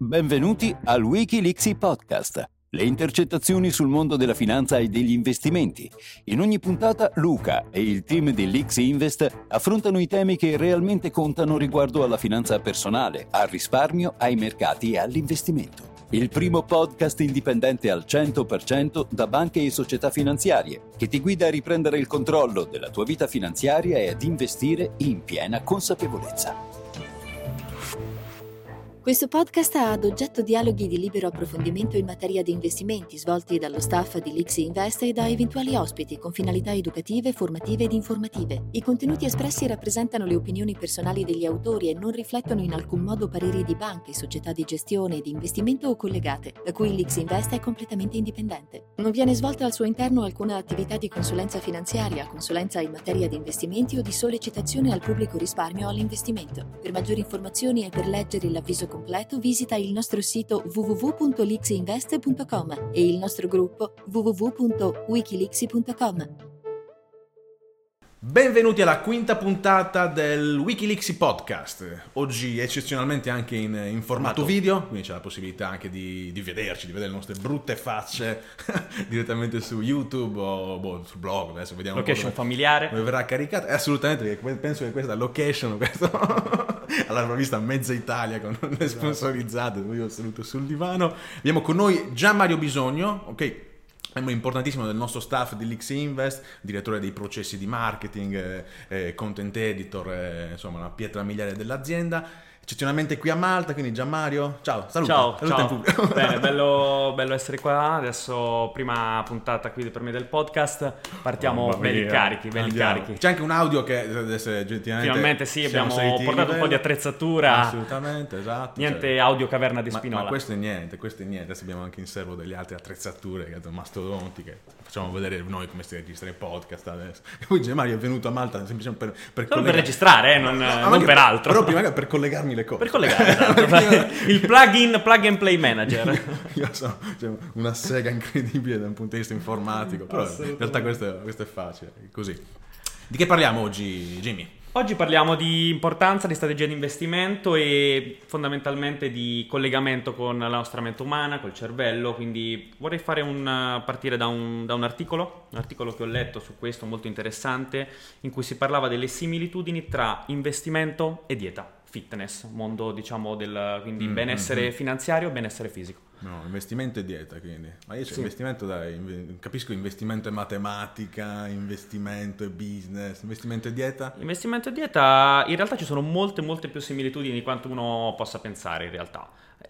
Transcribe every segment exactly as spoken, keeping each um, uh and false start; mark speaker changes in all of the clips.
Speaker 1: Benvenuti al Wikileaks Podcast, le intercettazioni sul mondo della finanza e degli investimenti. In ogni puntata Luca e il team di Leaks Invest affrontano i temi che realmente contano riguardo alla finanza personale, al risparmio, ai mercati e all'investimento. Il primo podcast indipendente al cento per cento da banche e società finanziarie, che ti guida a riprendere il controllo della tua vita finanziaria e ad investire in piena consapevolezza.
Speaker 2: Questo podcast ha ad oggetto dialoghi di libero approfondimento in materia di investimenti svolti dallo staff di Leaks Invest e da eventuali ospiti con finalità educative, formative ed informative. I contenuti espressi rappresentano le opinioni personali degli autori e non riflettono in alcun modo pareri di banche, società di gestione e di investimento o collegate, da cui Leaks Invest è completamente indipendente. Non viene svolta al suo interno alcuna attività di consulenza finanziaria, consulenza in materia di investimenti o di sollecitazione al pubblico risparmio o all'investimento. Per maggiori informazioni e per leggere l'avviso completo visita il nostro sito w w w punto leaksinvest punto com e il nostro gruppo w w w punto wikileaks punto com.
Speaker 3: Benvenuti alla quinta puntata del Wikileaks Podcast, oggi eccezionalmente anche in, in formato video, quindi c'è la possibilità anche di, di vederci, di vedere le nostre brutte facce direttamente su YouTube o boh, sul blog, adesso vediamo
Speaker 4: location
Speaker 3: un po' dove,
Speaker 4: familiare
Speaker 3: dove verrà caricato, eh, assolutamente, penso che questa location, questo all'avrò vista mezza Italia con le sponsorizzate, io ho seduto sul divano. Abbiamo con noi Gian Mario Bisogno, ok? Membro importantissimo del nostro staff di Leaks Invest, direttore dei processi di marketing, eh, eh, content editor, eh, insomma una pietra miliare dell'azienda. Eccezionalmente qui a Malta, quindi Gian Mario, ciao, saluta,
Speaker 4: ciao,
Speaker 3: saluta
Speaker 4: ciao.
Speaker 3: in pubblico.
Speaker 4: Bene, bello, bello essere qua, adesso prima puntata qui per me del podcast, partiamo
Speaker 3: oh,
Speaker 4: belli
Speaker 3: mia.
Speaker 4: carichi, belli
Speaker 3: Andiamo.
Speaker 4: carichi.
Speaker 3: C'è anche un audio che deve essere oggettivamente...
Speaker 4: Finalmente sì, abbiamo portato un po' di attrezzatura.
Speaker 3: Assolutamente, esatto.
Speaker 4: Niente
Speaker 3: cioè.
Speaker 4: audio caverna di
Speaker 3: ma,
Speaker 4: Spinola.
Speaker 3: Ma questo è niente, questo è niente, adesso abbiamo anche in serbo delle altre attrezzature, che sono mastodonti, che facciamo vedere noi come si registra il podcast adesso. E poi Gian Mario è venuto a Malta semplicemente per, per,
Speaker 4: Solo per registrare, eh, non,
Speaker 3: no,
Speaker 4: non per altro.
Speaker 3: Però prima per collegarmi le cose.
Speaker 4: Per collegare. Il plugin plug and play manager.
Speaker 3: Io sono cioè, una sega incredibile da un punto di vista informatico, però in realtà questo, questo è facile, così. Di che parliamo oggi, Jimmy?
Speaker 4: Oggi parliamo di importanza, di strategia di investimento e fondamentalmente di collegamento con la nostra mente umana, col cervello, quindi vorrei fare un, partire da un, da un articolo, un articolo che ho letto su questo molto interessante, in cui si parlava delle similitudini tra investimento e dieta. Fitness, mondo diciamo del quindi
Speaker 3: mm,
Speaker 4: benessere
Speaker 3: mm,
Speaker 4: finanziario e benessere fisico.
Speaker 3: No, investimento e dieta, quindi. Ma io c'è
Speaker 4: Sì.
Speaker 3: investimento, dai, capisco investimento e matematica, investimento e business, investimento e dieta.
Speaker 4: Investimento e dieta, in realtà ci sono molte molte più similitudini di quanto uno possa pensare in realtà.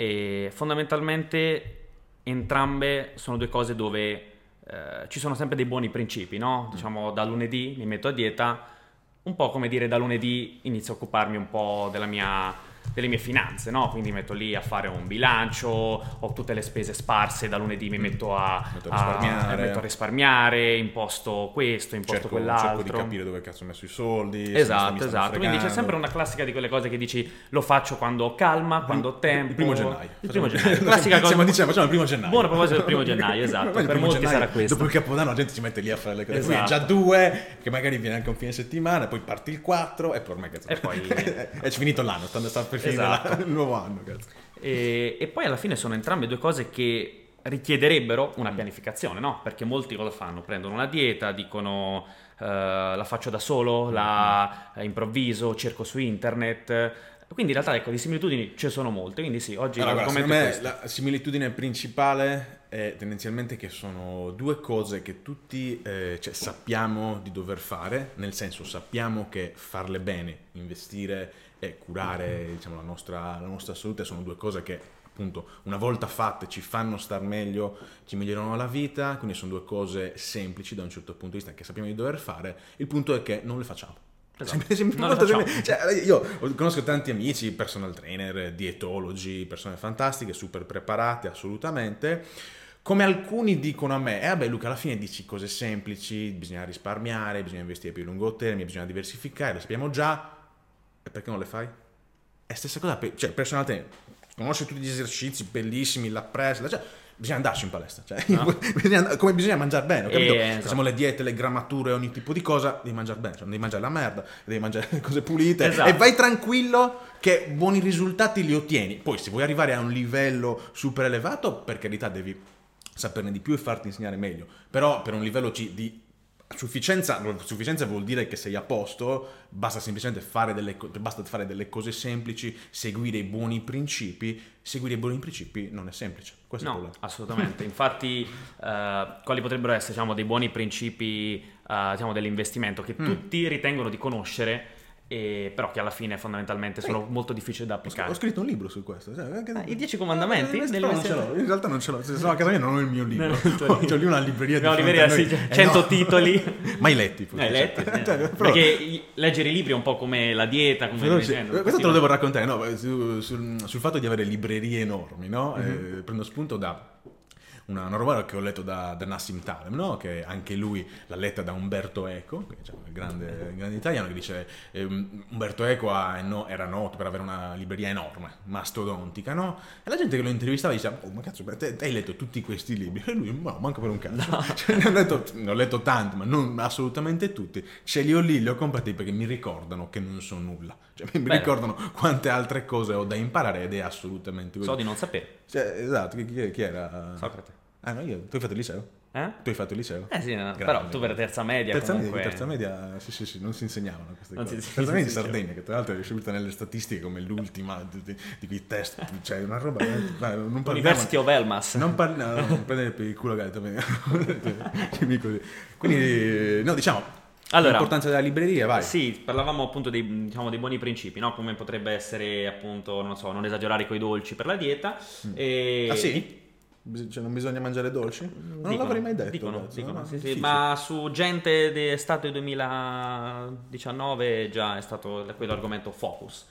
Speaker 4: E fondamentalmente entrambe sono due cose dove eh, ci sono sempre dei buoni principi, no? Diciamo da lunedì mi metto a dieta. Un po' come dire da lunedì inizio a occuparmi un po' della mia, delle mie finanze, no? Quindi metto lì a fare un bilancio, ho tutte le spese sparse, da lunedì mi metto a,
Speaker 3: metto a risparmiare,
Speaker 4: a, metto a risparmiare, imposto questo, imposto
Speaker 3: cerco,
Speaker 4: quell'altro.
Speaker 3: cerco di capire dove cazzo ho messo i soldi.
Speaker 4: Esatto, esatto. Quindi c'è sempre una classica di quelle cose che dici lo faccio quando ho calma, quando ho tempo.
Speaker 3: Il primo gennaio.
Speaker 4: Il primo gennaio. Classica cosa.
Speaker 3: Siamo, diciamo, facciamo il primo gennaio.
Speaker 4: Buona proposito del primo gennaio, esatto. Per
Speaker 3: primo
Speaker 4: molti
Speaker 3: gennaio,
Speaker 4: sarà questo.
Speaker 3: Dopo il Capodanno la gente si mette lì a fare le cose.
Speaker 4: Esatto.
Speaker 3: Qui è già due, che magari viene anche un fine settimana, poi parti il quattro e poi ormai cazzo.
Speaker 4: E poi
Speaker 3: è finito l'anno, sta, sta per finire
Speaker 4: esatto.
Speaker 3: la, il nuovo anno, cazzo.
Speaker 4: E, e poi alla fine sono entrambe due cose che richiederebbero una pianificazione, no? Perché molti cosa fanno? Prendono una dieta, dicono uh, la faccio da solo, la improvviso, cerco su internet. Quindi in realtà ecco di similitudini ci sono molte, quindi sì, oggi
Speaker 3: allora,
Speaker 4: l'argomento
Speaker 3: secondo
Speaker 4: è
Speaker 3: me
Speaker 4: questo.
Speaker 3: La similitudine principale è tendenzialmente che sono due cose che tutti eh, cioè, sappiamo di dover fare, nel senso sappiamo che farle bene, investire e curare diciamo, la, nostra, la nostra salute sono due cose che appunto una volta fatte ci fanno star meglio, ci migliorano la vita, quindi sono due cose semplici da un certo punto di vista che sappiamo di dover fare, il punto è che non le facciamo.
Speaker 4: Esatto.
Speaker 3: Sempre, sempre
Speaker 4: Non le facciamo.
Speaker 3: cioè, io conosco tanti amici, personal trainer, dietologi, persone fantastiche, super preparate assolutamente. Come alcuni dicono a me, eh vabbè Luca, alla fine dici cose semplici, bisogna risparmiare, bisogna investire più a lungo termine, bisogna diversificare, lo sappiamo già, e perché non le fai? È stessa cosa, cioè personal trainer, conosce tutti gli esercizi bellissimi, la presa, cioè, bisogna andarci in palestra, cioè, no. bisogna, come bisogna mangiare bene, capito? Eh, esatto. Facciamo le diete, le grammature, ogni tipo di cosa, devi mangiare bene, cioè, devi mangiare la merda, devi mangiare le cose pulite, esatto. E vai tranquillo che buoni risultati li ottieni. Poi se vuoi arrivare a un livello super elevato, per carità devi saperne di più e farti insegnare meglio, però per un livello di sufficienza, sufficienza vuol dire che sei a posto, basta semplicemente fare delle, basta fare delle cose semplici, seguire i buoni principi. Seguire i buoni principi non è semplice, questo
Speaker 4: no,
Speaker 3: è il problema.
Speaker 4: Assolutamente. Infatti uh, quali potrebbero essere, diciamo, dei buoni principi uh, diciamo, dell'investimento che mm. tutti ritengono di conoscere, e però che alla fine fondamentalmente sono eh, molto difficili da applicare.
Speaker 3: Ho scritto un libro su questo, cioè,
Speaker 4: ah, i dieci comandamenti?
Speaker 3: Eh, non ce l'ho, in realtà non ce l'ho, se sono a casa mia non ho il mio libro, no, ho lì una libreria
Speaker 4: no,
Speaker 3: di
Speaker 4: libreria, sì,
Speaker 3: eh,
Speaker 4: cento
Speaker 3: no.
Speaker 4: titoli
Speaker 3: mai letti,
Speaker 4: mai letti sì. Cioè, perché leggere i libri è un po' come la dieta, come
Speaker 3: però, dicendo, sì, questo te lo devo raccontare, no, su, sul, sul fatto di avere librerie enormi, no? Mm-hmm. Eh, prendo spunto da Una, una roba che ho letto da, da Nassim Taleb, no? Che anche lui l'ha letta da Umberto Eco, che, diciamo, il grande, il grande italiano, che dice eh, Umberto Eco ha, no, era noto per avere una libreria enorme, mastodontica, no? E la gente che lo intervistava diceva, oh ma cazzo, te, te hai letto tutti questi libri? E lui, no, manco per un cazzo. No. Cioè, ne, ho letto, ne ho letto tanti, ma non assolutamente tutti. Ce li ho lì, li ho comprati perché mi ricordano che non so nulla. Cioè, mi Beh. ricordano quante altre cose ho da imparare ed è assolutamente così.
Speaker 4: So di non sapere.
Speaker 3: Cioè, esatto, chi, chi era?
Speaker 4: Socrate.
Speaker 3: Ah no, io, tu hai fatto il liceo?
Speaker 4: Eh?
Speaker 3: Tu hai fatto il liceo?
Speaker 4: Eh sì, no, però tu per terza media
Speaker 3: terza
Speaker 4: comunque...
Speaker 3: media, terza media, sì sì sì, non si insegnavano queste
Speaker 4: non
Speaker 3: cose.
Speaker 4: Si,
Speaker 3: terza
Speaker 4: si,
Speaker 3: media
Speaker 4: si,
Speaker 3: in Sardegna, che tra l'altro è riuscita nelle statistiche come l'ultima di, di, di quei test, cioè una roba... Non parliamo,
Speaker 4: University of Elmas.
Speaker 3: Non parliamo, no, non prendere per il culo gatto. Quindi, no, diciamo... Allora, l'importanza della libreria, vai.
Speaker 4: Sì, parlavamo appunto dei, diciamo, dei buoni principi, no? Come potrebbe essere appunto, non so, non esagerare coi dolci per la dieta.
Speaker 3: Mm.
Speaker 4: E...
Speaker 3: Ah sì? Cioè non bisogna mangiare dolci? Non dicono, l'avrei mai detto.
Speaker 4: Dicono,
Speaker 3: cazzo,
Speaker 4: dicono,
Speaker 3: no?
Speaker 4: sì, sì, ma su gente d'estate duemiladiciannove già è stato quell'argomento focus.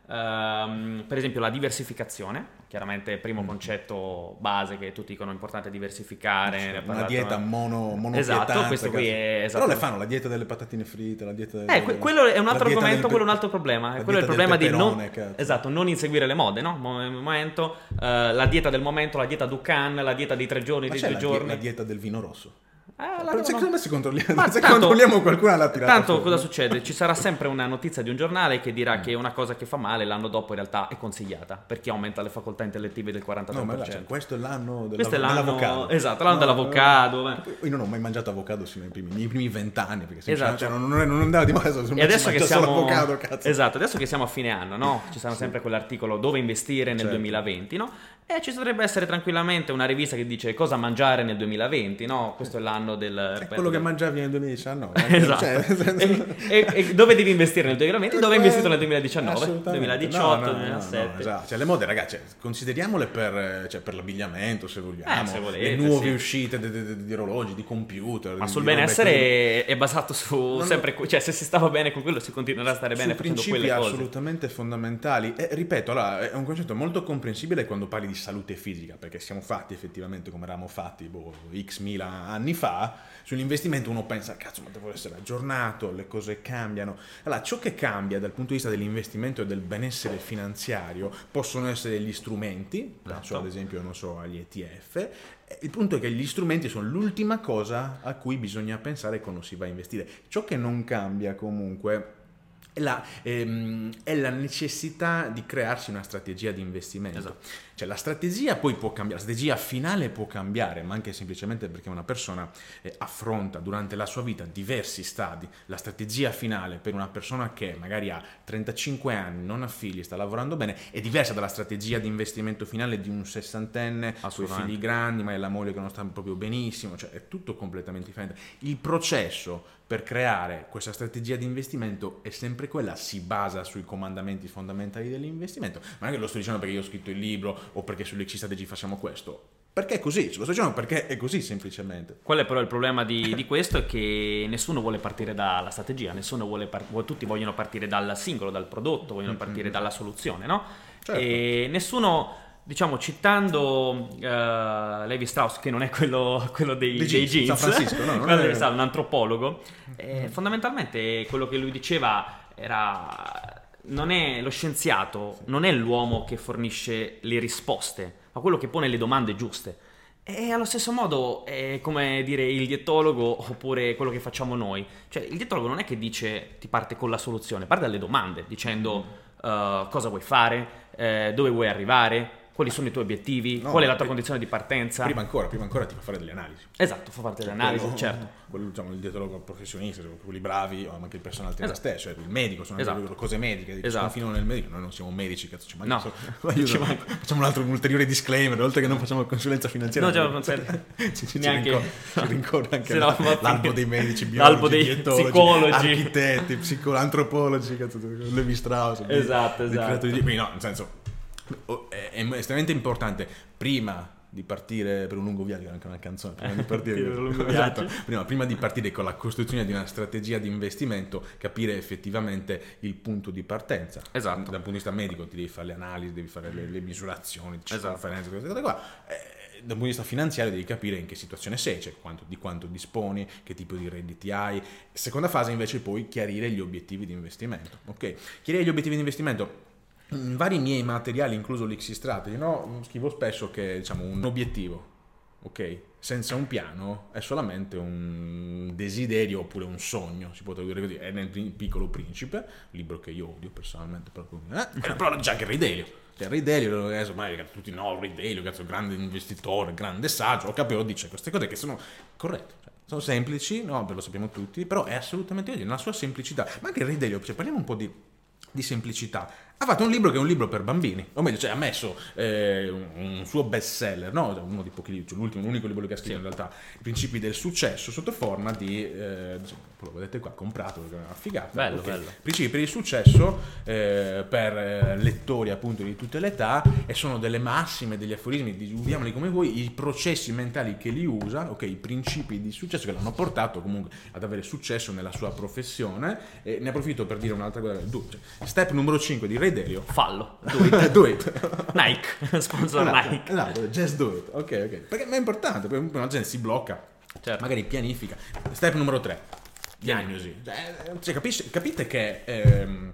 Speaker 4: Um, per esempio la diversificazione, chiaramente il primo mm. concetto base che tutti dicono è importante diversificare,
Speaker 3: cioè, una parlato, dieta mono mono
Speaker 4: esatto, questo qui è esatto.
Speaker 3: Però le fanno la dieta delle patatine fritte, la dieta
Speaker 4: delle, eh, que- quello è un altro argomento, del, quello è un altro problema, quello è il problema
Speaker 3: peperone,
Speaker 4: di non, esatto, non inseguire le mode, no? Momento, uh, la dieta del momento, la dieta Dukan, la dieta dei tre giorni, dei due
Speaker 3: la
Speaker 4: giorni,
Speaker 3: la dieta del vino rosso.
Speaker 4: Ah,
Speaker 3: però secondo me se controlliamo,
Speaker 4: ma
Speaker 3: se
Speaker 4: tanto,
Speaker 3: controlliamo qualcuno l'ha tirata
Speaker 4: tanto
Speaker 3: fuori.
Speaker 4: Cosa succede? Ci sarà sempre una notizia di un giornale che dirà mm. che una cosa che fa male l'anno dopo in realtà è consigliata perché aumenta le facoltà intellettive del quarantatré per cento.
Speaker 3: No, ma cioè, questo è l'anno,
Speaker 4: questo è l'anno
Speaker 3: dell'avocado.
Speaker 4: Esatto, l'anno
Speaker 3: no,
Speaker 4: dell'avocado.
Speaker 3: No, io non ho mai mangiato avocado sino ai primi, nei primi vent'anni perché esatto. cioè, non, non andava di moda.
Speaker 4: E adesso che siamo
Speaker 3: avocado, cazzo.
Speaker 4: Esatto, adesso che siamo a fine anno, no? Ci sarà sì. sempre quell'articolo dove investire nel certo. duemilaventi, no? E ci potrebbe essere tranquillamente una rivista che dice cosa mangiare nel duemilaventi, no? Questo è l'anno del...
Speaker 3: È quello che mangiavi nel duemiladiciannove.
Speaker 4: Esatto.
Speaker 3: Cioè,
Speaker 4: e, e, e dove devi investire nel duemilaventi? Dove hai investito nel duemiladiciannove? duemiladiciotto,
Speaker 3: no, no,
Speaker 4: duemilasette.
Speaker 3: No, no, esatto. Cioè le mode, ragazzi, consideriamole per, cioè, per l'abbigliamento, se vogliamo.
Speaker 4: Eh, se volete,
Speaker 3: le nuove
Speaker 4: sì.
Speaker 3: uscite di, di, di orologi, di computer.
Speaker 4: Ma
Speaker 3: di,
Speaker 4: sul
Speaker 3: di
Speaker 4: benessere
Speaker 3: che...
Speaker 4: è basato su non sempre... Cioè se si stava bene con quello si continuerà a stare bene facendo quelle cose.
Speaker 3: Assolutamente fondamentali. E ripeto, allora, è un concetto molto comprensibile quando parli di salute fisica, perché siamo fatti effettivamente come eravamo fatti boh, x mila anni fa. Sull'investimento uno pensa, cazzo, ma devo essere aggiornato, le cose cambiano. Allora, ciò che cambia dal punto di vista dell'investimento e del benessere finanziario possono essere gli strumenti, penso ad esempio, non so, agli E T F. Il punto è che gli strumenti sono l'ultima cosa a cui bisogna pensare quando si va a investire. Ciò che non cambia comunque è la, ehm, è la necessità di crearsi una strategia di investimento.
Speaker 4: Esatto.
Speaker 3: Cioè la strategia poi può cambiare, la strategia finale può cambiare, ma anche semplicemente perché una persona eh, affronta durante la sua vita diversi stadi. La strategia finale per una persona che magari ha trentacinque anni, non ha figli, sta lavorando bene, è diversa dalla strategia di investimento finale di un sessantenne con i figli grandi, ma è la moglie che non sta proprio benissimo, cioè è tutto completamente differente. Il processo per creare questa strategia di investimento è sempre quella, si basa sui comandamenti fondamentali dell'investimento. Ma non è che lo sto dicendo perché io ho scritto il libro o perché sulle X Strategy facciamo questo. Perché è così, ce lo sto dicendo perché è così semplicemente.
Speaker 4: Quello è però il problema di, di questo è che nessuno vuole partire dalla strategia, nessuno vuole par- tutti vogliono partire dal singolo, dal prodotto, vogliono partire mm-hmm. dalla soluzione, no? Certo. E nessuno... Diciamo, citando uh, Levi Strauss, che non è quello, quello dei, dei jeans,
Speaker 3: San Francisco, no? Non
Speaker 4: è... un antropologo, eh, fondamentalmente quello che lui diceva era non è lo scienziato, sì. non è l'uomo che fornisce le risposte, ma quello che pone le domande giuste. E allo stesso modo è come dire il dietologo oppure quello che facciamo noi. Cioè il dietologo non è che dice ti parte con la soluzione, parte dalle domande dicendo uh, cosa vuoi fare, eh, dove vuoi arrivare, quali sono i tuoi obiettivi, no, qual è la tua prima, condizione di partenza.
Speaker 3: Prima ancora, prima ancora ti fa fare delle analisi.
Speaker 4: Esatto, fa parte delle cioè, analisi, quello, certo.
Speaker 3: Quello, diciamo, il dietologo professionista, quelli bravi, o anche il personal trainer esatto. stesso, cioè il medico, sono esatto. le cose mediche, esatto. sconfinano nel medico, noi non siamo medici, cazzo, ci manca. No. Ci manca. Facciamo un altro un ulteriore disclaimer, oltre che non facciamo consulenza finanziaria.
Speaker 4: No, non c'è ci, ci, neanche...
Speaker 3: ci rincorre anche
Speaker 4: no,
Speaker 3: la, l'albo dei medici, biologi,
Speaker 4: l'albo dei
Speaker 3: dietologi,
Speaker 4: psicologi,
Speaker 3: architetti, psicologi, antropologi, cazzo, Levi Strauss.
Speaker 4: Esatto,
Speaker 3: di,
Speaker 4: esatto.
Speaker 3: Di, quindi no, nel senso è estremamente importante prima di partire per un lungo viaggio, anche una canzone prima di partire per un lungo esatto, prima, prima di partire con la costruzione di una strategia di investimento, capire effettivamente il punto di partenza.
Speaker 4: Esatto.
Speaker 3: Dal punto di vista medico ti devi fare le analisi, devi fare le, le misurazioni,
Speaker 4: esatto.
Speaker 3: conferenze, queste cose qua. Eh, dal punto di vista finanziario devi capire in che situazione sei, cioè quanto, di quanto disponi, che tipo di redditi hai. Seconda fase invece poi chiarire gli obiettivi di investimento. Ok? Chiarire gli obiettivi di investimento. In vari miei materiali, incluso l'X Strategy, no? Scrivo spesso che diciamo un obiettivo, ok, senza un piano è solamente un desiderio oppure un sogno, si può tradurre così. È nel Piccolo Principe, libro che io odio personalmente, proprio, eh? Però c'è anche il Re Dalio. Cioè, Ray Dalio, adesso magari tutti no, Ray Dalio, cazzo, grande investitore, grande saggio, capito, dice queste cose che sono corrette. Cioè, sono semplici, no, lo sappiamo tutti, però è assolutamente così, nella sua semplicità. Ma anche Ray Dalio, cioè, parliamo un po' di, di semplicità. Ha fatto un libro che è un libro per bambini, o meglio, cioè ha messo eh, un, un suo best seller, no? Uno dei pochi libri, cioè l'ultimo, l'unico libro che ha scritto sì. in realtà, I principi del successo, sotto forma di, eh, lo vedete qua, comprato, perché è una figata.
Speaker 4: Bello,
Speaker 3: okay.
Speaker 4: bello.
Speaker 3: Principi per il successo eh, per eh, lettori appunto di tutte le età, e sono delle massime, degli aforismi, usiamoli come voi, i processi mentali che li usa, ok, i principi di successo che l'hanno portato comunque ad avere successo nella sua professione. E ne approfitto per dire un'altra cosa, cioè, step numero cinque di Ray Dalio,
Speaker 4: fallo, do it,
Speaker 3: do it.
Speaker 4: Nike, sponsor
Speaker 3: esatto,
Speaker 4: Nike,
Speaker 3: esatto, just do it, ok, ok, perché è importante, perché una gente si blocca,
Speaker 4: certo.
Speaker 3: magari pianifica. Step numero tre, diagnosi, cioè, capisce, capite che ehm,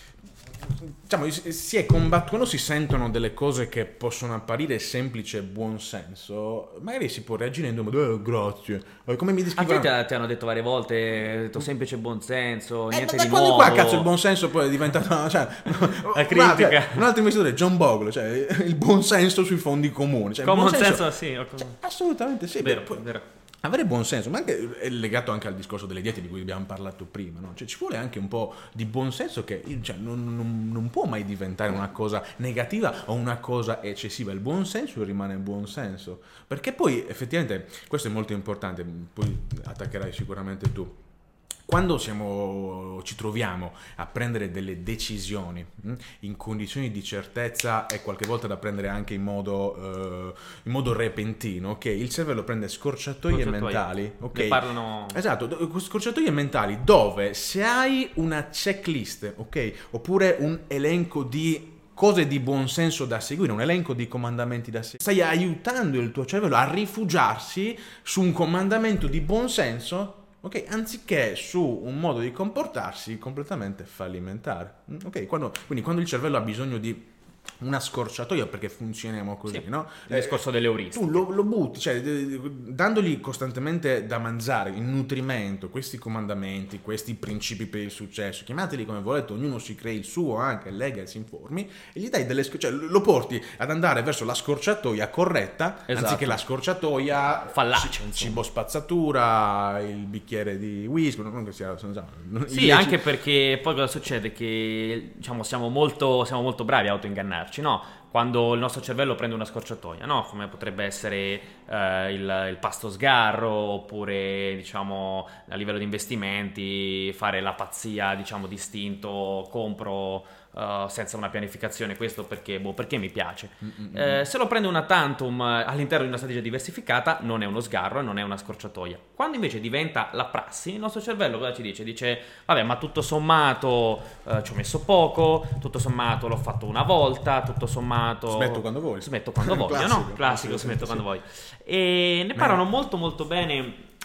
Speaker 3: diciamo si è combattuto quando si sentono delle cose che possono apparire semplici e buon senso, magari si può reagire in due modi. Eh, grazie, come mi descrivono.
Speaker 4: A te ti hanno detto varie volte, detto semplice e buon senso,
Speaker 3: eh,
Speaker 4: niente
Speaker 3: ma
Speaker 4: di
Speaker 3: quando
Speaker 4: nuovo.
Speaker 3: Qua cazzo il buon senso poi è diventato, cioè,
Speaker 4: la critica.
Speaker 3: Cioè, un altro investitore, John Bogle, cioè il buon senso sui fondi comuni, cioè,
Speaker 4: common
Speaker 3: senso,
Speaker 4: senso, sì,
Speaker 3: cioè, assolutamente sì,
Speaker 4: vero,
Speaker 3: poi,
Speaker 4: vero.
Speaker 3: Avere buon senso, ma anche è legato anche al discorso delle diete di cui abbiamo parlato prima, no? Cioè ci vuole anche un po' di buon senso che cioè, non, non, non può mai diventare una cosa negativa o una cosa eccessiva. Il buon senso rimane buon senso, perché poi effettivamente questo è molto importante, poi attaccherai sicuramente tu. Quando siamo, ci troviamo a prendere delle decisioni mh, in condizioni di certezza e qualche volta da prendere anche in modo, uh, in modo repentino, ok? Il cervello prende scorciatoie, scorciatoie. mentali, ok?
Speaker 4: Ne parlano...
Speaker 3: Esatto, scorciatoie mentali dove se hai una checklist, ok? Oppure un elenco di cose di buon senso da seguire, un elenco di comandamenti da seguire, stai aiutando il tuo cervello a rifugiarsi su un comandamento di buon senso, ok, anziché su un modo di comportarsi completamente fallimentare. Ok, quando, quindi quando il cervello ha bisogno di una scorciatoia, perché funzioniamo così,
Speaker 4: sì,
Speaker 3: no?
Speaker 4: Il discorso delle euristiche.
Speaker 3: Tu lo, lo butti, cioè dandogli costantemente da mangiare, il nutrimento, questi comandamenti, questi principi per il successo, chiamateli come volete, ognuno si crei il suo, anche lega e si informi, e gli dai delle cioè lo porti ad andare verso la scorciatoia corretta, esatto, anziché la scorciatoia
Speaker 4: fallace,
Speaker 3: cibo spazzatura, il bicchiere di whisky, non che sia, non
Speaker 4: sì, dieci... anche perché poi cosa succede? Che diciamo siamo molto, siamo molto bravi a autoingannarci, no? Quando il nostro cervello prende una scorciatoia, no? Come potrebbe essere eh, il, il pasto sgarro, oppure diciamo a livello di investimenti fare la pazzia, diciamo, distinto, compro uh, senza una pianificazione, questo perché, boh, perché mi piace. Eh, se lo prende una tantum all'interno di una strategia diversificata non è uno sgarro e non è una scorciatoia. Quando invece diventa la prassi, il nostro cervello cosa ci dice? Dice vabbè, ma tutto sommato eh, ci ho messo poco, tutto sommato l'ho fatto una volta, tutto sommato
Speaker 3: smetto quando voglio,
Speaker 4: smetto quando voglio,
Speaker 3: classico,
Speaker 4: no? Classico, smetto sì. quando voglio. E ne parlano molto molto bene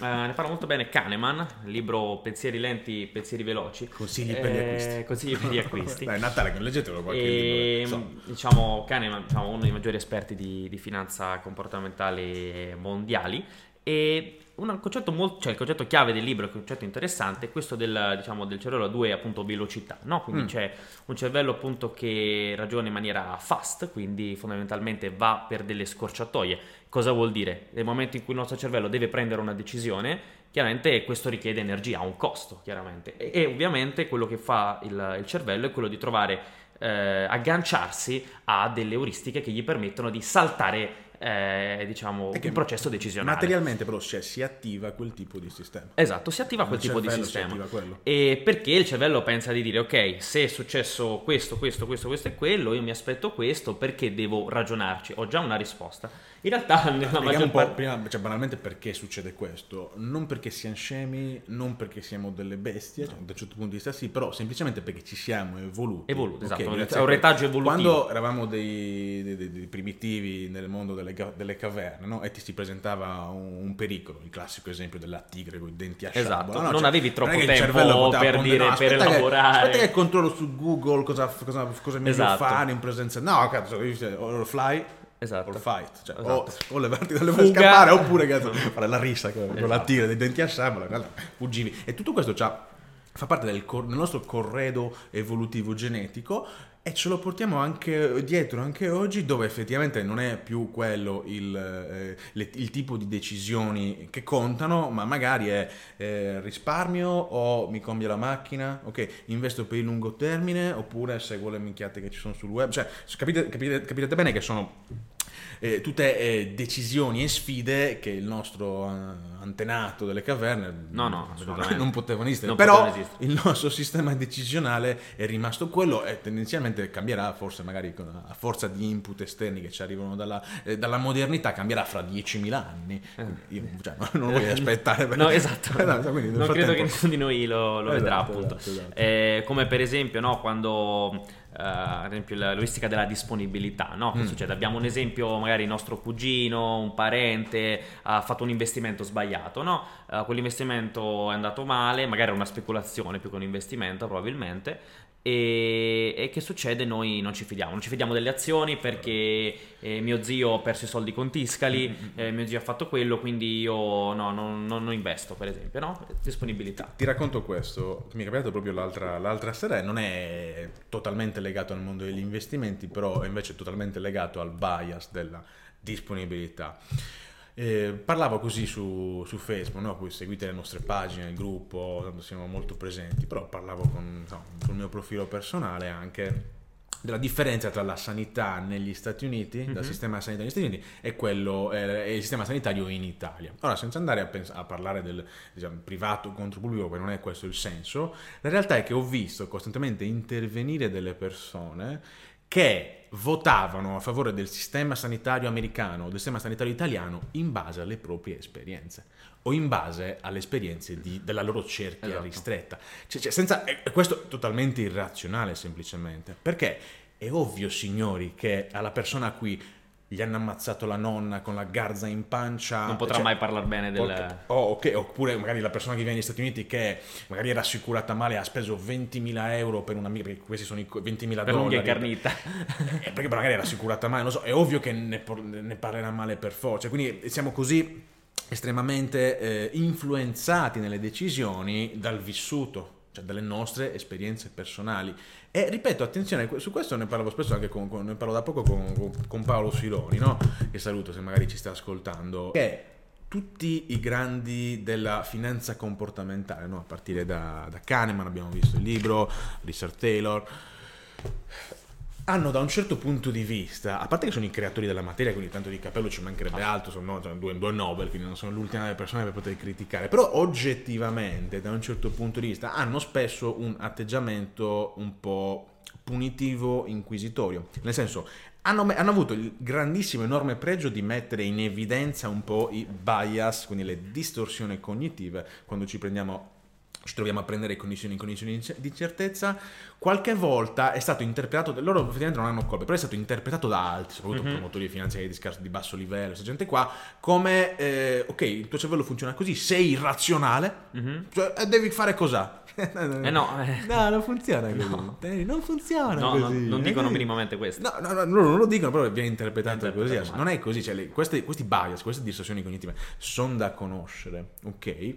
Speaker 4: Uh, ne parla molto bene Kahneman, il libro Pensieri lenti, pensieri veloci.
Speaker 3: Consigli per gli acquisti.
Speaker 4: Eh, consigli per gli acquisti.
Speaker 3: Dai, Natale, leggetelo qualche
Speaker 4: e,
Speaker 3: libro. So.
Speaker 4: Diciamo, Kahneman, diciamo, uno dei maggiori esperti di, di finanza comportamentale mondiali. E un concetto molto, cioè il concetto chiave del libro, il concetto interessante è questo del, diciamo, del cervello a due appunto velocità, no? Quindi mm. c'è un cervello appunto che ragiona in maniera fast, quindi fondamentalmente va per delle scorciatoie. Cosa vuol dire? Nel momento in cui il nostro cervello deve prendere una decisione, chiaramente questo richiede energia, ha un costo chiaramente, e, e ovviamente quello che fa il, il cervello è quello di trovare, eh, agganciarsi a delle euristiche che gli permettono di saltare Eh, diciamo un processo decisionale.
Speaker 3: Materialmente però cioè, si attiva quel tipo di sistema.
Speaker 4: Esatto, si attiva quel il tipo di sistema. E perché il cervello pensa di dire ok, se è successo questo, questo, questo, questo e quello, io mi aspetto questo, perché devo ragionarci? Ho già una risposta. In realtà nella maggior
Speaker 3: un po'
Speaker 4: parte...
Speaker 3: prima, cioè banalmente perché succede questo? Non perché siamo scemi, non perché siamo delle bestie, cioè, da un certo punto di vista sì, però semplicemente perché ci siamo evoluti.
Speaker 4: Evoluti,
Speaker 3: okay,
Speaker 4: esatto, è un retaggio evolutivo.
Speaker 3: Quando eravamo dei, dei, dei primitivi nel mondo delle delle caverne, no? E ti si presentava un, un pericolo, il classico esempio della tigre con i denti a sciabola.
Speaker 4: Esatto,
Speaker 3: no,
Speaker 4: non
Speaker 3: cioè,
Speaker 4: avevi troppo
Speaker 3: non
Speaker 4: tempo per dire, no, per
Speaker 3: che,
Speaker 4: elaborare.
Speaker 3: Aspetta che controllo su Google cosa, cosa, cosa meglio
Speaker 4: esatto.
Speaker 3: fare in presenza. No, cazzo, o fly
Speaker 4: esatto.
Speaker 3: o fight, cioè,
Speaker 4: esatto.
Speaker 3: o, o levarti dalle mani scappare, oppure cazzo, fare la rissa con, esatto. con la tigre dei denti a sciabola, fuggivi. E tutto questo c'ha, fa parte del, cor- del nostro corredo evolutivo genetico. E ce lo portiamo anche dietro, anche oggi, dove effettivamente non è più quello il, eh, le, il tipo di decisioni che contano, ma magari è eh, risparmio o mi cambio la macchina, ok, investo per il lungo termine oppure seguo le minchiate che ci sono sul web. Cioè, capite, capite, capite bene che sono eh, tutte eh, decisioni e sfide che il nostro antenato delle caverne
Speaker 4: no, no, assolutamente.
Speaker 3: non potevano esistere.
Speaker 4: Non
Speaker 3: Però
Speaker 4: potevano esistere.
Speaker 3: Il nostro sistema decisionale è rimasto quello e tendenzialmente cambierà, forse magari a forza di input esterni che ci arrivano dalla, eh, dalla modernità, cambierà fra diecimila anni. Io cioè, non lo voglio aspettare.
Speaker 4: No, esatto.
Speaker 3: no, non
Speaker 4: credo tempo... che nessuno di noi lo, lo
Speaker 3: esatto,
Speaker 4: vedrà, appunto.
Speaker 3: Esatto, esatto.
Speaker 4: Eh, come per esempio, no, quando... Uh, ad esempio l'euristica della disponibilità, no? Che mm. succede? Abbiamo un esempio, magari nostro cugino, un parente ha fatto un investimento sbagliato, no? Uh, quell'investimento è andato male, magari era una speculazione più che un investimento probabilmente, e, e che succede? Noi non ci fidiamo, non ci fidiamo delle azioni perché eh, mio zio ha perso i soldi con Tiscali, mm-hmm. eh, mio zio ha fatto quello, quindi io no, non, non, non investo, per esempio, no? Disponibilità.
Speaker 3: Ti racconto questo, mi è capitato proprio l'altra, l'altra sera, non è totalmente legato al mondo degli investimenti, però è invece totalmente legato al bias della disponibilità. Eh, parlavo così su, su Facebook, no? Poi seguite le nostre pagine, il gruppo, tanto siamo molto presenti, però parlavo con, no, sul mio profilo personale anche della differenza tra la sanità negli Stati Uniti, mm-hmm. dal sistema sanitario negli Stati Uniti e quello eh, e il sistema sanitario in Italia. Ora, senza andare a, pens- a parlare del diciamo, privato contro pubblico, perché non è questo il senso, la realtà è che ho visto costantemente intervenire delle persone che votavano a favore del sistema sanitario americano o del sistema sanitario italiano in base alle proprie esperienze o in base alle esperienze di, della loro cerchia esatto. ristretta. Cioè, cioè, senza, eh, questo è totalmente irrazionale semplicemente, perché è ovvio, signori, che alla persona a cui gli hanno ammazzato la nonna con la garza in pancia
Speaker 4: non potrà
Speaker 3: cioè,
Speaker 4: mai parlare bene del...
Speaker 3: Oh, ok, oppure magari la persona che viene negli Stati Uniti che magari era assicurata male ha speso ventimila euro per una perché questi sono i ventimila
Speaker 4: per
Speaker 3: dollari
Speaker 4: per carnita
Speaker 3: eh, perché magari era assicurata male, non so, è ovvio che ne, ne parlerà male per forza, quindi siamo così estremamente eh, influenzati nelle decisioni dal vissuto, cioè dalle nostre esperienze personali. E ripeto, attenzione, su questo ne parlavo spesso anche con, con ne parlo da poco con, con, con Paolo Siloni, no? Che saluto se magari ci sta ascoltando, che tutti i grandi della finanza comportamentale, no? A partire da, da Kahneman, abbiamo visto il libro, Richard Taylor, hanno da un certo punto di vista, a parte che sono i creatori della materia, quindi tanto di cappello ci mancherebbe altro, sono, sono due, due Nobel, quindi non sono l'ultima delle persone per poter criticare, però oggettivamente da un certo punto di vista hanno spesso un atteggiamento un po' punitivo, inquisitorio, nel senso hanno, hanno avuto il grandissimo, enorme pregio di mettere in evidenza un po' i bias, quindi le distorsioni cognitive, quando ci prendiamo ci troviamo a prendere condizioni in condizioni di incertezza, qualche volta è stato interpretato, loro effettivamente non hanno colpe, però è stato interpretato da altri, soprattutto mm-hmm. promotori finanziari di, scarso, di basso livello, questa gente qua, come eh, ok, il tuo cervello funziona così, sei irrazionale, mm-hmm. cioè devi fare cos'ha?
Speaker 4: Eh no, eh.
Speaker 3: no, non funziona così,
Speaker 4: no.
Speaker 3: non funziona
Speaker 4: no,
Speaker 3: così.
Speaker 4: No, non dicono minimamente questo.
Speaker 3: No, no, no, loro non lo dicono, però viene interpretato così.
Speaker 4: Male.
Speaker 3: Non è così, cioè le, queste, questi bias, queste distorsioni cognitive sono da conoscere, ok?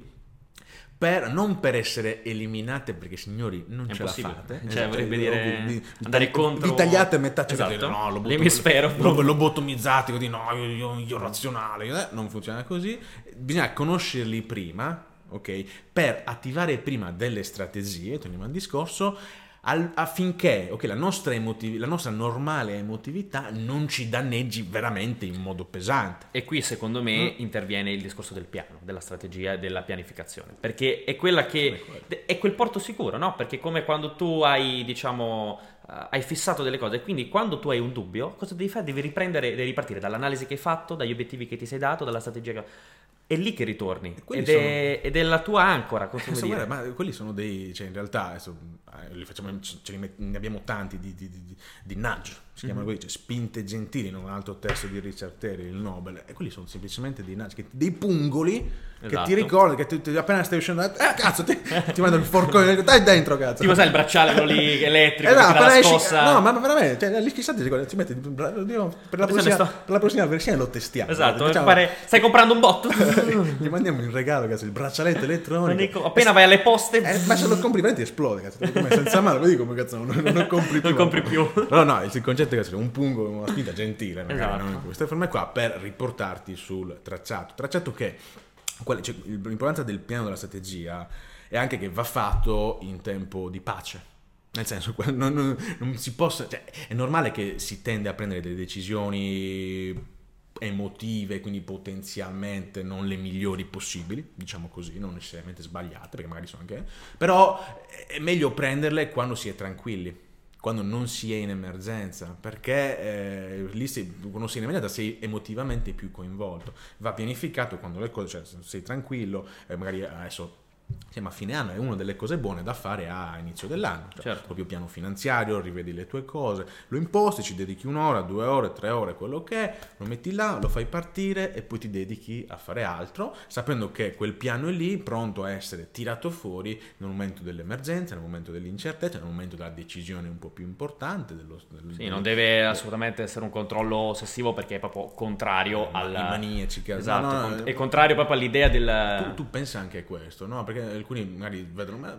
Speaker 3: Per, non per essere eliminate, perché signori non
Speaker 4: è
Speaker 3: ce
Speaker 4: possibile.
Speaker 3: la fate,
Speaker 4: cioè
Speaker 3: esatto,
Speaker 4: vorrebbe dire
Speaker 3: vi, vi,
Speaker 4: andare
Speaker 3: vi,
Speaker 4: contro,
Speaker 3: vi tagliate a metà, cioè
Speaker 4: esatto.
Speaker 3: no, lo
Speaker 4: l'emisfero
Speaker 3: lo, lobotomizzati così, no, io, io, io razionale, eh, non funziona così, bisogna conoscerli prima, ok, per attivare prima delle strategie, torniamo al discorso, al, affinché okay, la, nostra emotiv- la nostra normale emotività non ci danneggi veramente in modo pesante.
Speaker 4: E qui secondo me mm. interviene il discorso del piano, della strategia e della pianificazione, perché è quella che è quel porto sicuro, no? Perché come quando tu hai, diciamo, uh, hai fissato delle cose, quindi quando tu hai un dubbio, cosa devi fare? Devi riprendere, devi ripartire dall'analisi che hai fatto, dagli obiettivi che ti sei dato, dalla strategia che... È lì che ritorni ed, sono... è, ed è la tua ancora, come
Speaker 3: so,
Speaker 4: dire.
Speaker 3: Guarda, ma quelli sono dei, cioè in realtà adesso, li facciamo, ce li met- ne abbiamo tanti di, di, di, di nudge, si mm-hmm. chiamano quelli, cioè spinte gentili, in un altro testo di Richard Terry, il Nobel, e quelli sono semplicemente dei nudge, che, dei pungoli che esatto. ti ricordi, che ti, ti, appena stai uscendo, eh cazzo, ti, ti mandano il forcone, dai dentro cazzo.
Speaker 4: Tipo sai il bracciale quello lì elettrico,
Speaker 3: esatto,
Speaker 4: che ti dà la scossa.
Speaker 3: No, ma veramente, cioè lì fissate, ti metti, per la prossima, per la prossima versione lo testiamo.
Speaker 4: Esatto,
Speaker 3: diciamo,
Speaker 4: pare, stai comprando un botto.
Speaker 3: Gli mandiamo in regalo, cazzo, il braccialetto elettronico.
Speaker 4: Appena vai alle poste,
Speaker 3: eh, ma se lo compri veramente esplode, cazzo. Senza male, lo dico come cazzo, non, non lo compri più.
Speaker 4: Non compri più.
Speaker 3: Però no, il concetto è che un pungo, una spinta gentile, magari,
Speaker 4: esatto.
Speaker 3: no? Queste forme qua per riportarti sul tracciato. Tracciato che cioè, l'importanza del piano della strategia è anche che va fatto in tempo di pace. Nel senso, non, non, non si possa, cioè, è normale che si tende a prendere delle decisioni emotive, quindi potenzialmente non le migliori possibili, diciamo così, non necessariamente sbagliate, perché magari sono anche, però è meglio prenderle quando si è tranquilli, quando non si è in emergenza, perché eh, lì sei, quando sei in emergenza sei emotivamente più coinvolto. Va pianificato quando le cose, cioè sei tranquillo, eh, magari adesso siamo a fine anno, è una delle cose buone da fare a inizio dell'anno, cioè,
Speaker 4: certo.
Speaker 3: proprio piano finanziario, rivedi le tue cose, lo imposti, ci dedichi un'ora, due ore, tre ore, quello che è, lo metti là, lo fai partire e poi ti dedichi a fare altro, sapendo che quel piano è lì, pronto a essere tirato fuori nel momento dell'emergenza, nel momento dell'incertezza, nel momento della decisione un po' più importante. Dello, del,
Speaker 4: sì,
Speaker 3: del,
Speaker 4: non deve del, assolutamente essere un controllo ossessivo, perché è proprio contrario
Speaker 3: eh,
Speaker 4: alla...
Speaker 3: maniaci,
Speaker 4: esatto,
Speaker 3: no, no,
Speaker 4: è contrario proprio all'idea del...
Speaker 3: Tu, tu pensa anche a questo, no? Perché alcuni magari vedono ma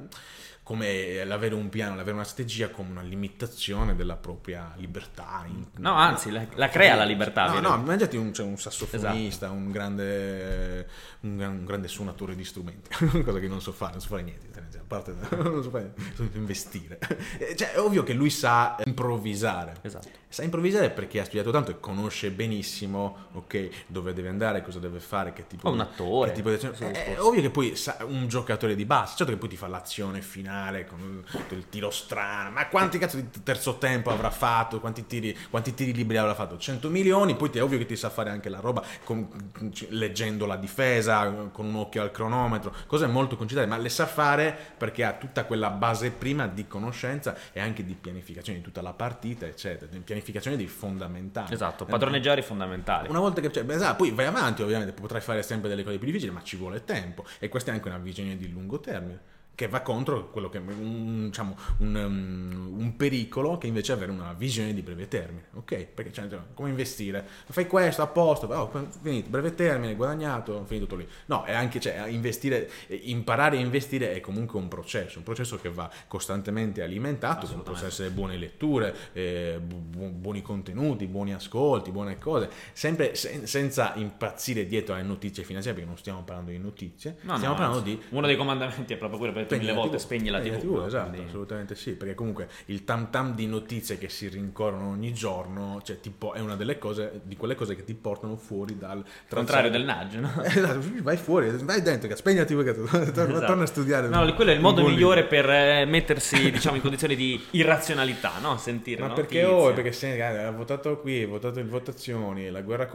Speaker 3: come l'avere un piano, l'avere una strategia come una limitazione della propria libertà. In,
Speaker 4: no, anzi, la, la crea la libertà.
Speaker 3: No, no, immaginati un, cioè, un sassofonista,
Speaker 4: esatto.
Speaker 3: un grande un, un grande suonatore di strumenti, una cosa che non so fare, non so fare niente, a parte non so fare, so investire. Cioè, è ovvio che lui sa improvvisare.
Speaker 4: Esatto.
Speaker 3: Sa improvvisare perché ha studiato tanto e conosce benissimo, ok, dove deve andare, cosa deve fare, che tipo
Speaker 4: oh, un attore.
Speaker 3: Che tipo di azione. È, è ovvio che poi sa, un giocatore di base, certo che poi ti fa l'azione finale con il tiro strano, ma quanti cazzo di terzo tempo avrà fatto, quanti tiri, quanti tiri liberi avrà fatto, cento milioni, poi ti è ovvio che ti sa fare anche la roba con, leggendo la difesa, con un occhio al cronometro, cose molto concitate, ma le sa fare perché ha tutta quella base prima di conoscenza e anche di pianificazione di tutta la partita, eccetera, di pianificazione dei fondamentali.
Speaker 4: Esatto, padroneggiare i fondamentali.
Speaker 3: Una volta che cioè, esatto, poi vai avanti, ovviamente potrai fare sempre delle cose più difficili, ma ci vuole tempo, e questa è anche una visione di lungo termine, che va contro quello che un, diciamo, un, um, un pericolo che invece è avere una visione di breve termine, ok? Perché cioè, come investire? Fai questo, a posto, oh, finito, breve termine, guadagnato, finito tutto lì. No, è anche, cioè, investire, imparare a investire è comunque un processo, un processo che va costantemente alimentato, come possono essere buone letture, eh, bu- buoni contenuti, buoni ascolti, buone cose, sempre sen- senza impazzire dietro alle notizie finanziarie, perché non stiamo parlando di notizie,
Speaker 4: no,
Speaker 3: stiamo
Speaker 4: no,
Speaker 3: parlando di...
Speaker 4: Uno dei comandamenti è proprio quello, per mille volte spegni la tivù.
Speaker 3: tivù, esatto,
Speaker 4: quindi...
Speaker 3: assolutamente sì, perché comunque il tam tam di notizie che si rincorrono ogni giorno, cioè tipo è una delle cose, di quelle cose che ti portano fuori dal
Speaker 4: contrario del nudge, no?
Speaker 3: Esatto, vai fuori, vai dentro, spegni la tivù, torna,
Speaker 4: esatto.
Speaker 3: torna a studiare.
Speaker 4: No, quello è il modo migliore per eh, mettersi, diciamo, in condizioni di irrazionalità, no? Sentire
Speaker 3: ma
Speaker 4: notizie.
Speaker 3: perché oh, perché se ha votato qui, ha votato in votazioni, la guerra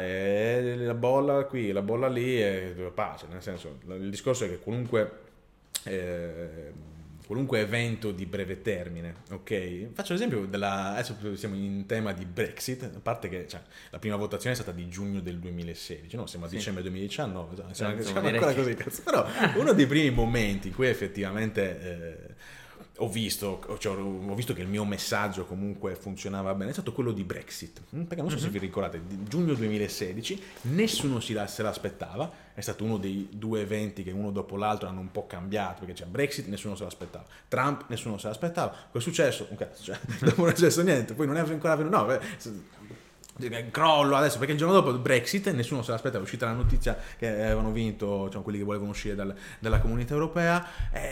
Speaker 3: commerciale, la bolla qui, la bolla lì, e pace, nel senso, il discorso è che comunque eh, qualunque evento di breve termine, ok? Faccio l'esempio della... adesso siamo in tema di Brexit, a parte che cioè, la prima votazione è stata di giugno del duemilasedici, no? Siamo a sì. dicembre duemiladiciannove, siamo, eh, siamo ancora così, cazzo. Però uno dei primi momenti in cui effettivamente... Eh, Ho visto, cioè, ho visto che il mio messaggio comunque funzionava bene, è stato quello di Brexit, perché non so mm-hmm. se vi ricordate, giugno duemilasedici, nessuno si la, se l'aspettava, è stato uno dei due eventi che uno dopo l'altro hanno un po' cambiato, perché c'è Brexit, nessuno se l'aspettava, Trump, nessuno se l'aspettava, cosa è successo? Un cazzo, cioè, dopo non è successo niente, poi non è ancora venuto, no, beh, crollo adesso, perché il giorno dopo il Brexit nessuno se l'aspettava, è uscita la notizia che avevano vinto, cioè, quelli che volevano uscire dal, dalla comunità europea,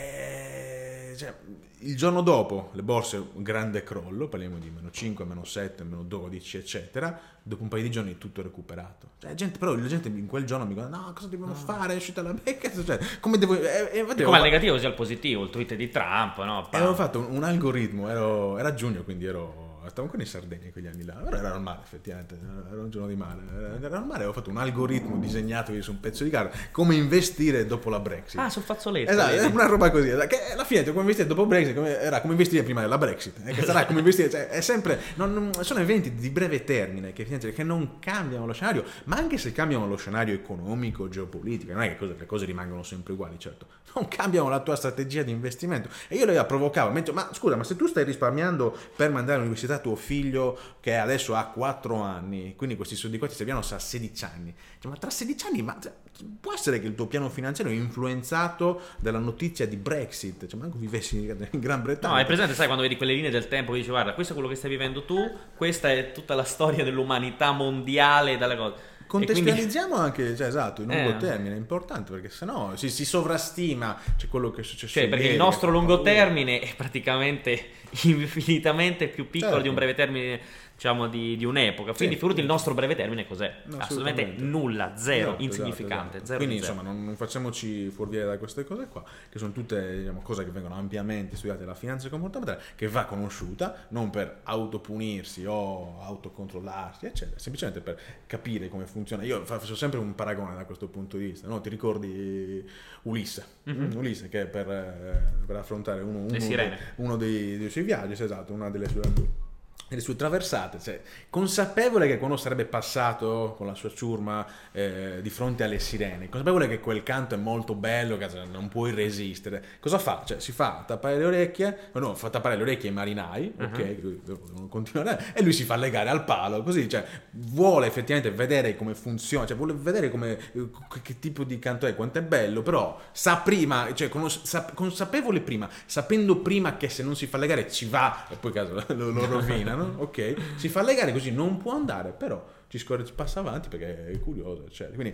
Speaker 3: e, cioè, il giorno dopo le borse un grande crollo, parliamo di meno cinque, meno sette, meno dodici eccetera, dopo un paio di giorni tutto recuperato, cioè, gente, però la gente in quel giorno mi guarda, no, cosa dobbiamo no. fare, è uscita la becca, cioè, come devo eh, eh,
Speaker 4: come al negativo sia al positivo, il tweet di Trump, no?
Speaker 3: Avevo fatto un, un algoritmo, ero, era giugno, quindi ero stavo ancora in Sardegna quegli anni là, però era normale effettivamente, era un giorno di mare, era normale, avevo fatto un algoritmo disegnato su un pezzo di carta, come investire dopo la Brexit.
Speaker 4: Ah, sul fazzoletto.
Speaker 3: Esatto, è una roba così, che alla fine come investire dopo Brexit come, era come investire prima della Brexit, e che sarà come investire, cioè, è sempre, non, non, sono eventi di breve termine che, che non cambiano lo scenario, ma anche se cambiano lo scenario economico, geopolitico, non è che cose, le cose rimangono sempre uguali, certo, non cambiano la tua strategia di investimento, e io le provocavo, ma scusa, ma se tu stai risparmiando per mandare all'università tuo figlio che adesso ha quattro anni, quindi questi soldi qua ti serviranno a sedici anni, cioè, ma tra sedici anni ma, cioè, può essere che il tuo piano finanziario è influenzato dalla notizia di Brexit, cioè manco vivessi in Gran Bretagna.
Speaker 4: No, hai presente, sai, quando vedi quelle linee del tempo che dici guarda, questo è quello che stai vivendo tu, questa è tutta la storia dell'umanità mondiale, dalle cose.
Speaker 3: Contestualizziamo quindi... anche, cioè, esatto, il lungo eh. termine è importante, perché sennò si, si sovrastima, cioè, quello che è successo.
Speaker 4: Cioè, perché il nostro lungo termine è praticamente infinitamente più piccolo certo. di un breve termine, diciamo, di, di un'epoca. Quindi, sì, figurati, il nostro breve termine cos'è? No, assolutamente, assolutamente nulla, zero, esatto, insignificante.
Speaker 3: Esatto, esatto.
Speaker 4: Zero
Speaker 3: Quindi,
Speaker 4: zero.
Speaker 3: insomma, non, non facciamoci fuorviare da queste cose qua, che sono tutte, diciamo, cose che vengono ampiamente studiate dalla finanza comportamentale, che va conosciuta, non per autopunirsi o autocontrollarsi, eccetera, semplicemente per capire come funziona. Io faccio sempre un paragone da questo punto di vista, no? Ti ricordi Ulisse? Mm-hmm. Ulisse che per, per affrontare uno, uno, de, uno dei, dei suoi viaggi, esatto, una delle sue... delle sue traversate, cioè, consapevole che quando sarebbe passato con la sua ciurma eh, di fronte alle sirene, consapevole che quel canto è molto bello, che non puoi resistere, cosa fa? Cioè, si fa tappare le orecchie, no, fa tappare le orecchie ai marinai, uh-huh. ok, devono continuare, e lui si fa legare al palo, così, cioè, vuole effettivamente vedere come funziona, cioè, vuole vedere come, che tipo di canto è, quanto è bello, però sa prima, cioè, consapevole prima, sapendo prima che se non si fa legare ci va, e poi caso lo, lo rovina, no? Ok, si fa legare così, non può andare, però ci scorre, ci passa avanti perché è curioso, eccetera. Quindi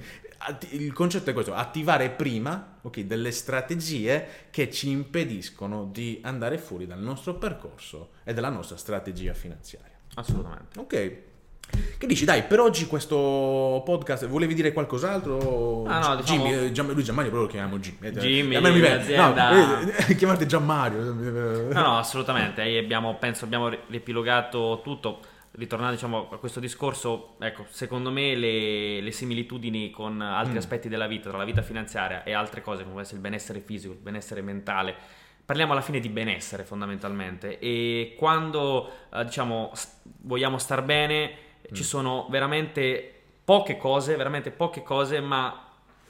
Speaker 3: il concetto è questo: attivare prima, ok, delle strategie che ci impediscono di andare fuori dal nostro percorso e dalla nostra strategia finanziaria.
Speaker 4: Assolutamente.
Speaker 3: Ok. Che dici? Dai, per oggi questo podcast volevi dire qualcos'altro?
Speaker 4: Ah, no, diciamo...
Speaker 3: Jimmy, Gian, lui Gianmario, però lo chiamiamo Jimmy.
Speaker 4: Jimmy,
Speaker 3: mi
Speaker 4: l'azienda...
Speaker 3: no, chiamate Gianmario.
Speaker 4: No, no, assolutamente. Abbiamo, penso abbiamo riepilogato tutto. Ritornando, diciamo, a questo discorso, ecco, secondo me le, le similitudini con altri mm. aspetti della vita, tra la vita finanziaria e altre cose, come può essere il benessere fisico, il benessere mentale, parliamo alla fine di benessere fondamentalmente, e quando eh, diciamo vogliamo star bene mm. ci sono veramente poche cose, veramente poche cose, ma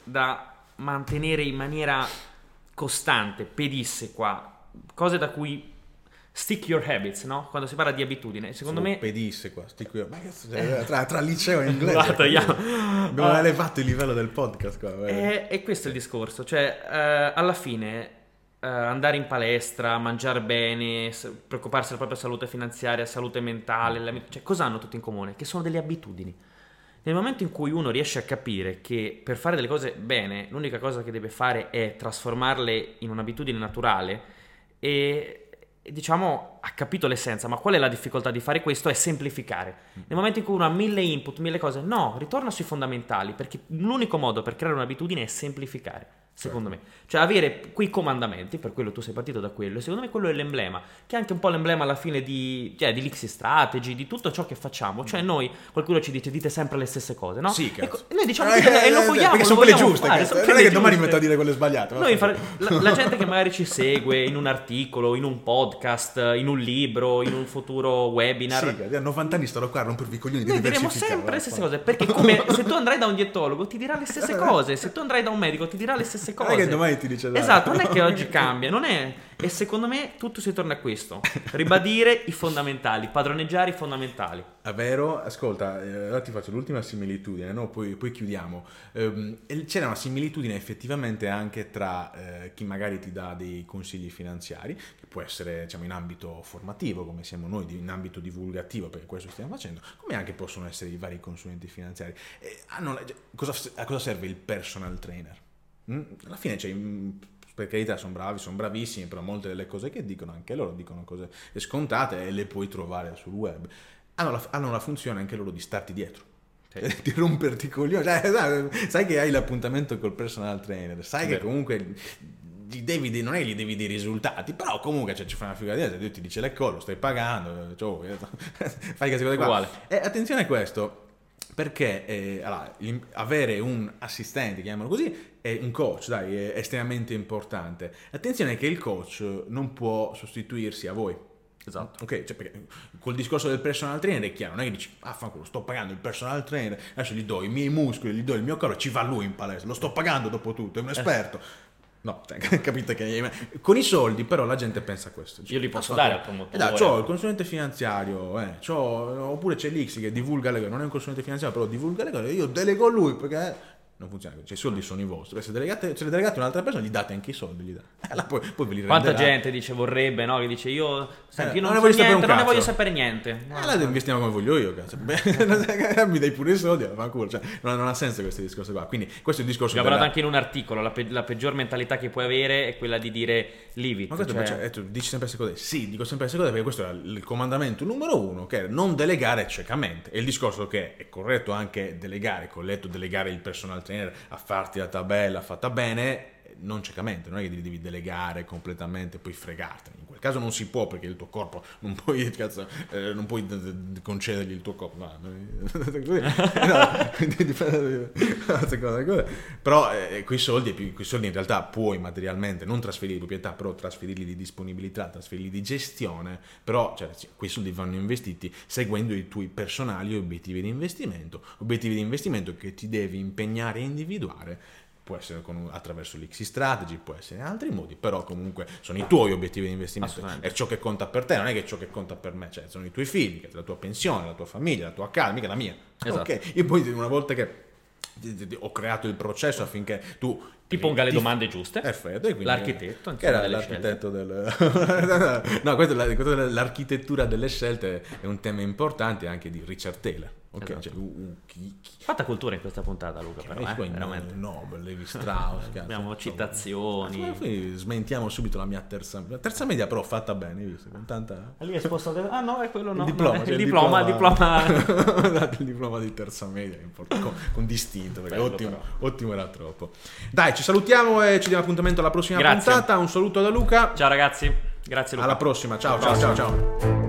Speaker 4: da mantenere in maniera costante, pedissequa, cose da cui stick your habits, no? Quando si parla di abitudine, secondo
Speaker 3: Sono
Speaker 4: me
Speaker 3: pedissequa, stick your... ma che cioè, tra, tra liceo e inglese
Speaker 4: Guarda, io...
Speaker 3: abbiamo uh, elevato il livello del podcast qua.
Speaker 4: E, e questo è il discorso, cioè uh, alla fine Uh, andare in palestra, mangiare bene, preoccuparsi della propria salute finanziaria, salute mentale, cioè cosa hanno tutti in comune? Che sono delle abitudini. Nel momento in cui uno riesce a capire che per fare delle cose bene, l'unica cosa che deve fare è trasformarle in un'abitudine naturale, e, e diciamo ha capito l'essenza, ma qual è la difficoltà di fare questo? È semplificare. Nel momento in cui uno ha mille input, mille cose, no, ritorna sui fondamentali, perché l'unico modo per creare un'abitudine è semplificare. secondo me. Cioè avere quei comandamenti, per quello tu sei partito da quello, e secondo me quello è l'emblema, che è anche un po' l'emblema alla fine di, cioè, di Lixi Strategy, di tutto ciò che facciamo. Cioè noi, qualcuno ci dice dite sempre le stesse cose, no?
Speaker 3: Sì,
Speaker 4: e
Speaker 3: cazzo.
Speaker 4: noi diciamo eh, e lo vogliamo,
Speaker 3: perché
Speaker 4: lo
Speaker 3: sono quelle
Speaker 4: vogliamo
Speaker 3: giuste,
Speaker 4: fare,
Speaker 3: cazzo.
Speaker 4: sono
Speaker 3: Non è che
Speaker 4: quelle
Speaker 3: domani
Speaker 4: giuste.
Speaker 3: metto a dire quelle sbagliate.
Speaker 4: Noi fare, la, la gente che magari ci segue in un articolo, in un podcast, in un libro, in un futuro webinar,
Speaker 3: sì, a novanta anni starò qua a rompervi i coglioni di
Speaker 4: noi diremo
Speaker 3: diversificare,
Speaker 4: sempre le stesse
Speaker 3: va.
Speaker 4: cose, perché come se tu andrai da un dietologo ti dirà le stesse cose, se tu andrai da un medico ti dirà le stesse cose.
Speaker 3: Non è che domani ti dice dai.
Speaker 4: Esatto, non è che oggi cambia, non è. E secondo me tutto si torna a questo: ribadire i fondamentali, padroneggiare i fondamentali.
Speaker 3: È vero, ascolta, eh, ora ti faccio l'ultima similitudine, no? poi, poi chiudiamo. Ehm, c'era una similitudine effettivamente anche tra eh, chi magari ti dà dei consigli finanziari, che può essere diciamo in ambito formativo, come siamo noi, in ambito divulgativo, perché questo stiamo facendo, come anche possono essere i vari consulenti finanziari. E hanno, cosa, a cosa serve il personal trainer? Mm? Alla fine c'è... per carità sono bravi, sono bravissimi, però molte delle cose che dicono anche loro dicono cose scontate e le puoi trovare sul web. Hanno la, hanno la funzione anche loro di starti dietro, sì. Di romperti i coglioni, cioè, sai che hai l'appuntamento col personal trainer, sai che comunque gli devi dei, non è che gli devi dei risultati, però comunque cioè, ci fai una figura di te, ti dice le cose, lo stai pagando, cioè, fai queste cose qua. Uguale. E attenzione a questo, perché eh, allora, avere un assistente, chiamiamolo così, è un coach, dai, è estremamente importante. Attenzione che il coach non può sostituirsi a voi. Esatto. Ok, cioè perché col discorso del personal trainer è chiaro, non è che dici ah fanculo, sto pagando il personal trainer, adesso gli do i miei muscoli, gli do il mio corpo, ci va lui in palestra, lo sto pagando dopo tutto, è un esperto. No, capite che con i soldi però la gente pensa a questo.
Speaker 4: Io li posso dare al promotore.
Speaker 3: Eh, c'ho il consulente finanziario, eh, c'ho, oppure c'è l'X che divulga le cose, non è un consulente finanziario però divulga le cose, io delego a lui perché non funziona così, cioè, i soldi sono i vostri, se, delegate, se le delegate a un'altra persona gli date anche i soldi, gli date. Eh, poi, poi ve li
Speaker 4: quanta
Speaker 3: renderà.
Speaker 4: gente dice vorrebbe, no? Che dice io, senti,
Speaker 3: eh,
Speaker 4: io non,
Speaker 3: non,
Speaker 4: so
Speaker 3: ne
Speaker 4: niente, non ne voglio
Speaker 3: cazzo.
Speaker 4: sapere niente.
Speaker 3: Eh, la investiamo come voglio io, cazzo. Beh, mi dai pure i soldi, fanculo. Cioè, non, non ha senso questo discorso qua. Quindi questo è il discorso.
Speaker 4: L'ho
Speaker 3: della...
Speaker 4: parlato anche in un articolo, la, pe- la peggior mentalità che puoi avere è quella di dire leave it.
Speaker 3: Ma questo
Speaker 4: cioè...
Speaker 3: cioè, tu dici sempre queste cose? Sì, dico sempre queste cose perché questo è il comandamento numero uno, che è non delegare ciecamente. E il discorso che è corretto anche delegare, corretto delegare il personal trainer a farti la tabella fatta bene, non ciecamente, non è che devi delegare completamente poi fregartene. In quel caso non si può perché il tuo corpo non puoi, cazzo, eh, non puoi d- d- concedergli il tuo corpo. No, no, però eh, quei soldi, quei soldi in realtà puoi materialmente non trasferirli di proprietà, però trasferirli di disponibilità, trasferirli di gestione, però cioè, quei soldi vanno investiti seguendo i tuoi personali obiettivi di investimento, obiettivi di investimento che ti devi impegnare e individuare. Può essere con, attraverso l'X Strategy, può essere in altri modi, però comunque sono i tuoi obiettivi di investimento, è ciò che conta per te, non è che è ciò che conta per me, cioè sono i tuoi figli, la tua pensione, la tua famiglia, la tua casa, mica la mia.
Speaker 4: Esatto.
Speaker 3: Ok, io poi una volta che ho creato il processo affinché tu
Speaker 4: ti ponga le
Speaker 3: ti,
Speaker 4: domande giuste,
Speaker 3: perfetto, e
Speaker 4: l'architetto,
Speaker 3: che era l'architetto del no, questo è la, l'architettura delle scelte è un tema importante anche di Richard Taylor. Ok,
Speaker 4: esatto.
Speaker 3: Cioè, uh, uh, chi, chi...
Speaker 4: fatta cultura in questa puntata, Luca, però, eh,
Speaker 3: poi
Speaker 4: veramente.
Speaker 3: Nobel, Levi Strauss,
Speaker 4: abbiamo
Speaker 3: cazzo,
Speaker 4: citazioni.
Speaker 3: insomma, poi smentiamo subito la mia terza la terza media, però fatta bene, hai visto, con tanta
Speaker 4: lì è spostato. Ah no, è quello no.
Speaker 3: il diploma,
Speaker 4: no,
Speaker 3: cioè
Speaker 4: il,
Speaker 3: il
Speaker 4: diploma,
Speaker 3: diploma,
Speaker 4: diploma.
Speaker 3: il diploma di terza media, con, con distinto, perché
Speaker 4: Bello,
Speaker 3: ottimo,
Speaker 4: però.
Speaker 3: ottimo era troppo. Dai, ci salutiamo e ci diamo appuntamento alla prossima
Speaker 4: Grazie.
Speaker 3: puntata. Un saluto da Luca.
Speaker 4: Ciao ragazzi, grazie Luca.
Speaker 3: Alla prossima, ciao ciao ciao ciao.